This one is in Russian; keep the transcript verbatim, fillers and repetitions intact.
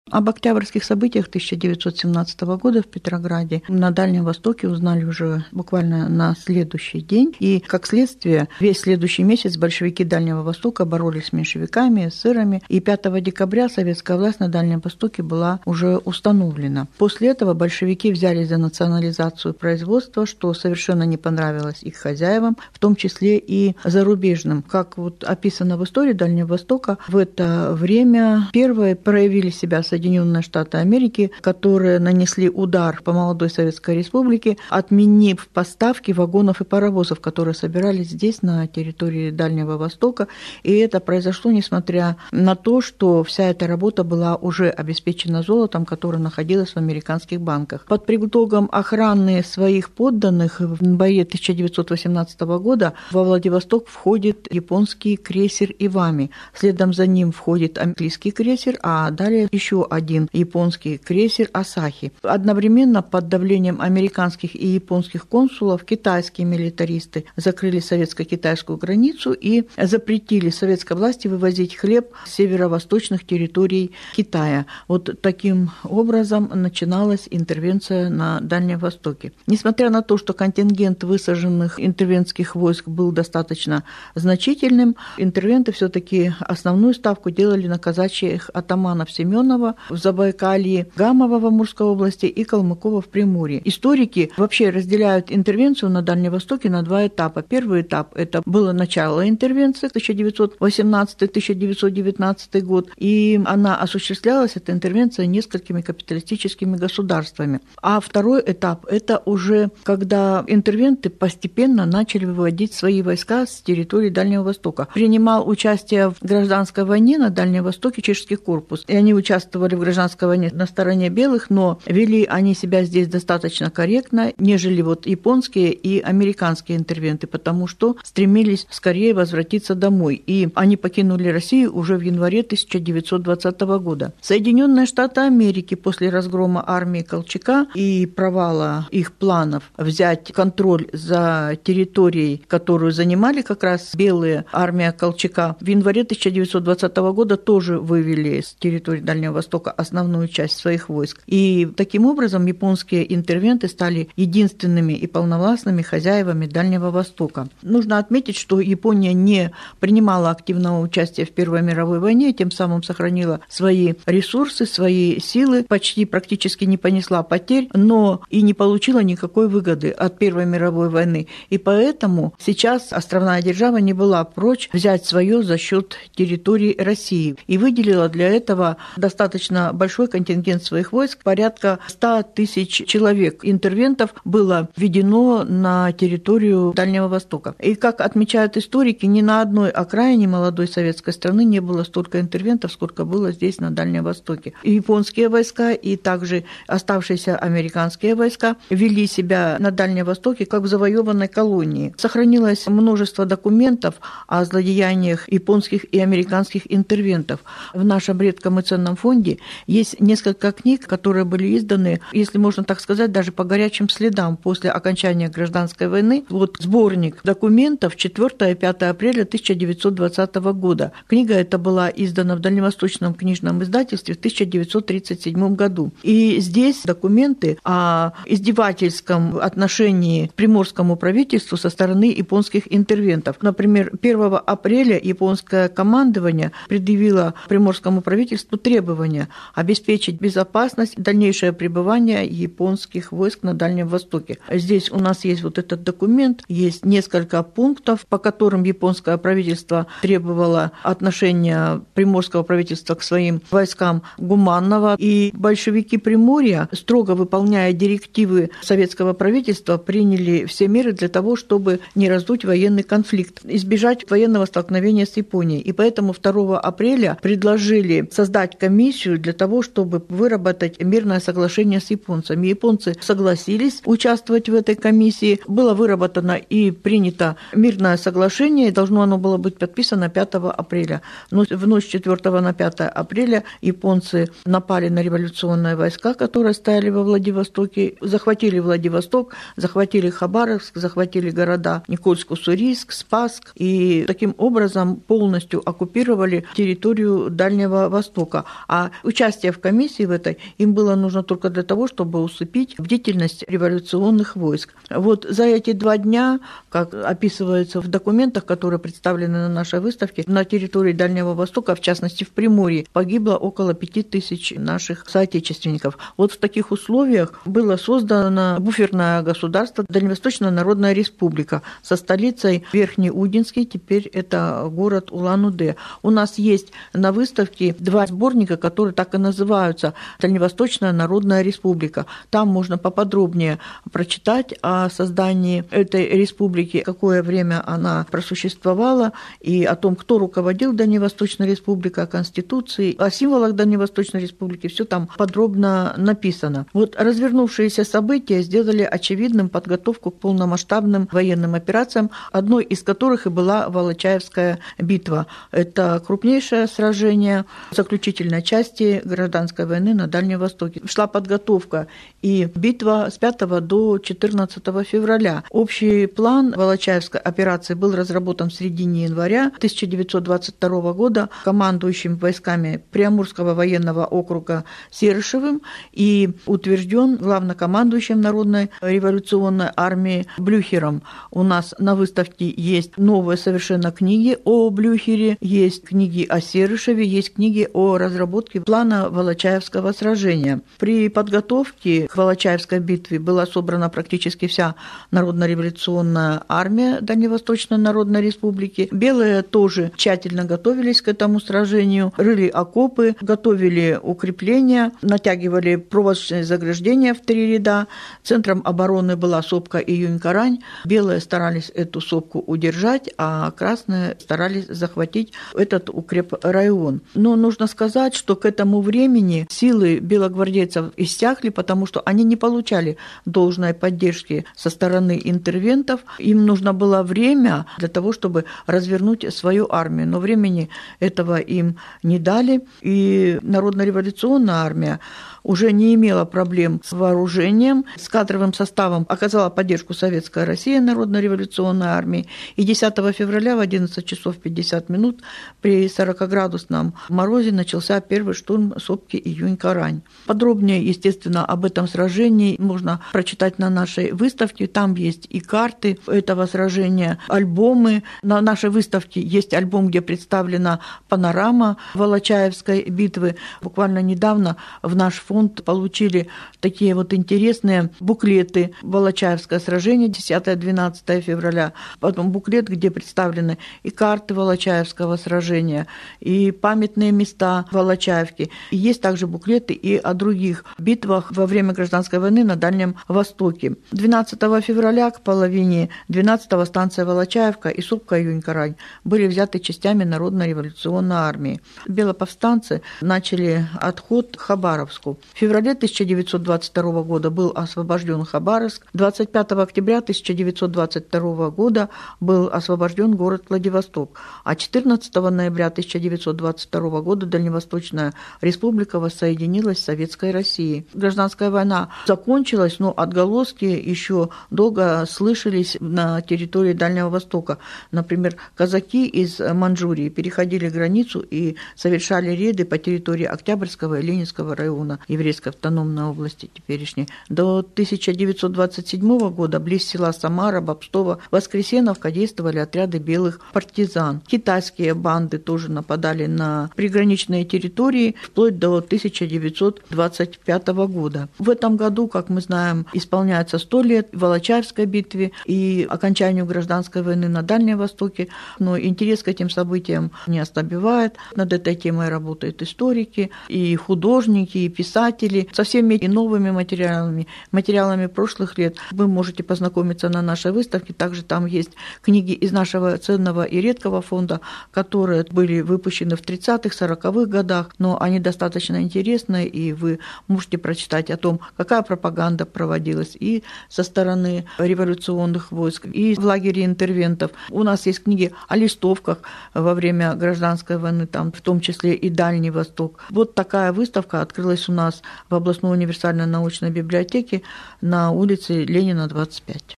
Об октябрьских событиях тысяча девятьсот семнадцатого года в Петрограде на Дальнем Востоке узнали уже буквально на следующий день. И, как следствие, весь следующий месяц большевики Дальнего Востока боролись с меньшевиками, эсерами. И пятого декабря советская власть на Дальнем Востоке была уже установлена. После этого большевики взялись за национализацию производства, что совершенно не понравилось их хозяевам, в том числе и зарубежным. Как вот описано в истории Дальнего Востока, в это время первые проявили себя Соединенные Штаты Америки, которые нанесли удар по молодой Советской Республике, отменив поставки вагонов и паровозов, которые собирались здесь, на территории Дальнего Востока. И это произошло, несмотря на то, что вся эта работа была уже обеспечена золотом, которое находилось в американских банках. Под предлогом охраны своих подданных в январе тысяча девятьсот восемнадцатого года во Владивосток входит японский крейсер «Ивами». Следом за ним входит английский крейсер, а далее еще один японский крейсер «Асахи». Одновременно под давлением американских и японских консулов китайские милитаристы закрыли советско-китайскую границу и запретили советской власти вывозить хлеб с северо-восточных территорий Китая. Вот таким образом начиналась интервенция на Дальнем Востоке. Несмотря на то, что контингент высаженных интервентских войск был достаточно значительным, интервенты все-таки основную ставку делали на казачьих атаманов Семенова в Забайкалье, Гамова в Амурской области и Калмыкова в Приморье. Историки вообще разделяют интервенцию на Дальнем Востоке на два этапа. Первый этап – это было начало интервенции, тысяча девятьсот восемнадцатый — тысяча девятьсот девятнадцатый год, и она осуществлялась, эта интервенция, несколькими капиталистическими государствами. А второй этап – это уже когда интервенты постепенно начали выводить свои войска с территории Дальнего Востока. Принимал участие в гражданской войне на Дальнем Востоке чешский корпус, и они участвовали в гражданской войне на стороне белых, но вели они себя здесь достаточно корректно, нежели вот японские и американские интервенты, потому что стремились скорее возвратиться домой. И они покинули Россию уже в январе тысяча девятьсот двадцатого года. Соединенные Штаты Америки после разгрома армии Колчака и провала их планов взять контроль за территорией, которую занимали как раз белые, армия Колчака, в январе тысяча девятьсот двадцатого года тоже вывели с территории Дальнего Востока основную часть своих войск. И таким образом японские интервенты стали единственными и полновластными хозяевами Дальнего Востока. Нужно отметить, что Япония не принимала активного участия в Первой мировой войне, тем самым сохранила свои ресурсы, свои силы, почти практически не понесла потерь, но и не получила никакой выгоды от Первой мировой войны. И поэтому сейчас островная держава не была прочь взять свое за счет территории России и выделила для этого достаточно большой контингент своих войск, порядка ста тысяч человек. Интервентов было введено на территорию Дальнего Востока. И, как отмечают историки, ни на одной окраине молодой советской страны не было столько интервентов, сколько было здесь, на Дальнем Востоке. И японские войска, и также оставшиеся американские войска вели себя на Дальнем Востоке как в завоеванной колонии. Сохранилось множество документов о злодеяниях японских и американских интервентов. В нашем редком и ценном фонде есть несколько книг, которые были изданы, если можно так сказать, даже по горячим следам после окончания гражданской войны. Вот сборник документов четвёртого-пятого апреля тысяча девятьсот двадцатого года. Книга эта была издана в Дальневосточном книжном издательстве в тысяча девятьсот тридцать седьмом году. И здесь документы о издевательском отношении к приморскому правительству со стороны японских интервентов. Например, первого апреля японское командование предъявило приморскому правительству требования обеспечить безопасность и дальнейшее пребывание японских войск на Дальнем Востоке. Здесь у нас есть вот этот документ, есть несколько пунктов, по которым японское правительство требовало отношения приморского правительства к своим войскам гуманного, и большевики Приморья, строго выполняя директивы советского правительства, приняли все меры для того, чтобы не раздуть военный конфликт, избежать военного столкновения с Японией. И поэтому второго апреля предложили создать комиссию для того, чтобы выработать мирное соглашение с японцами. Японцы согласились участвовать в этой комиссии. Было выработано и принято мирное соглашение, и должно оно было быть подписано пятого апреля. Но в ночь с четвёртого на пятое апреля японцы напали на революционные войска, которые стояли во Владивостоке, захватили Владивосток, захватили Хабаровск, захватили города Никольск, Уссурийск, Спасск, и таким образом полностью оккупировали территорию Дальнего Востока. А участие в комиссии в этой им было нужно только для того, чтобы усыпить бдительность революционных войск. Вот за эти два дня, как описывается в документах, которые представлены на нашей выставке, на территории Дальнего Востока, в частности в Приморье, погибло около пяти тысяч наших соотечественников. Вот в таких условиях было создано буферное государство Дальневосточная Народная Республика со столицей Верхнеудинский, теперь это город Улан-Удэ. У нас есть на выставке два сборника, которые так и называются «Дальневосточная Народная Республика». Там можно поподробнее прочитать о создании этой республики, какое время она просуществовала, и о том, кто руководил Дальневосточной Республикой, о Конституции, о символах Дальневосточной Республики. Все там подробно написано. Вот развернувшиеся события сделали очевидным подготовку к полномасштабным военным операциям, одной из которых и была Волочаевская битва. Это крупнейшее сражение заключительной части гражданской войны на Дальнем Востоке. Шла подготовка и битва с пятого до четырнадцатого февраля. Общий план Волочаевской операции был разработан в середине января тысяча девятьсот двадцать второго года командующим войсками Приамурского военного округа Серышевым и утвержден главнокомандующим Народной революционной армии Блюхером. У нас на выставке есть новые совершенно книги о Блюхере, есть книги о Серышеве, есть книги о разработке плана Волочаевского сражения. При подготовке к Волочаевской битве была собрана практически вся Народно-революционная армия Дальневосточной Народной Республики. Белые тоже тщательно готовились к этому сражению, рыли окопы, готовили укрепления, натягивали проволочные заграждения в три ряда. Центром обороны была сопка Июнь-Карань. Белые старались эту сопку удержать, а красные старались захватить этот укрепрайон. Но нужно сказать, что к этому времени силы белогвардейцев иссякли, потому что они не получали должной поддержки со стороны интервентов. Им нужно было время для того, чтобы развернуть свою армию. Но времени этого им не дали. И Народно-революционная армия уже не имела проблем с вооружением, с кадровым составом, оказала поддержку Советская Россия Народно-революционной армии. И десятого февраля в одиннадцать часов пятьдесят минут при сорокаградусном морозе начался первый штурм сопки Июнь-Карань. Подробнее, естественно, об этом сражении можно прочитать на нашей выставке. Там есть и карты этого сражения, альбомы. На нашей выставке есть альбом, где представлена панорама Волочаевской битвы. Буквально недавно в наш фонд получили такие вот интересные буклеты «Волочаевское сражение» десятого-двенадцатого февраля. Потом буклет, где представлены и карты Волочаевского сражения, и памятные места Волочаевки. И есть также буклеты и о других битвах во время гражданской войны на Дальнем Востоке. двенадцатого февраля к половине двенадцатого станция Волочаевка и сопка Июнь-Карань были взяты частями Народно-революционной армии. Белоповстанцы начали отход к Хабаровску. В феврале тысяча девятьсот двадцать второго года был освобожден Хабаровск. двадцать пятого октября тысяча девятьсот двадцать второго года был освобожден город Владивосток. А четырнадцатого ноября тысяча девятьсот двадцать второго года Дальневосточная Республика воссоединилась с Советской Россией. Гражданская война закончилась, но отголоски еще долго слышались на территории Дальнего Востока. Например, казаки из Манчжурии переходили границу и совершали рейды по территории Октябрьского и Ленинского района еврейской автономной области теперешней. До тысяча девятьсот двадцать седьмого года близ села Самара, Бобстово, Воскресеновка действовали отряды белых партизан. Китайские банды тоже нападали на приграничные территории вплоть до тысяча девятьсот двадцать пятого года. В этом году, как мы знаем, исполняется сто лет Волочаевской битве и окончанию гражданской войны на Дальнем Востоке. Но интерес к этим событиям не ослабевает. Над этой темой работают историки, и художники, и писатели. Со всеми и новыми материалами, материалами прошлых лет вы можете познакомиться на нашей выставке. Также там есть книги из нашего ценного и редкого фонда, которые были выпущены в тридцатых, сороковых годах, но они достаточно интересны, и вы можете прочитать о том, какая пропаганда проводилась и со стороны революционных войск, и в лагере интервентов. У нас есть книги о листовках во время гражданской войны, там в том числе и Дальний Восток. Вот такая выставка открылась у нас в областной универсальной научной библиотеке на улице Ленина, двадцать пять.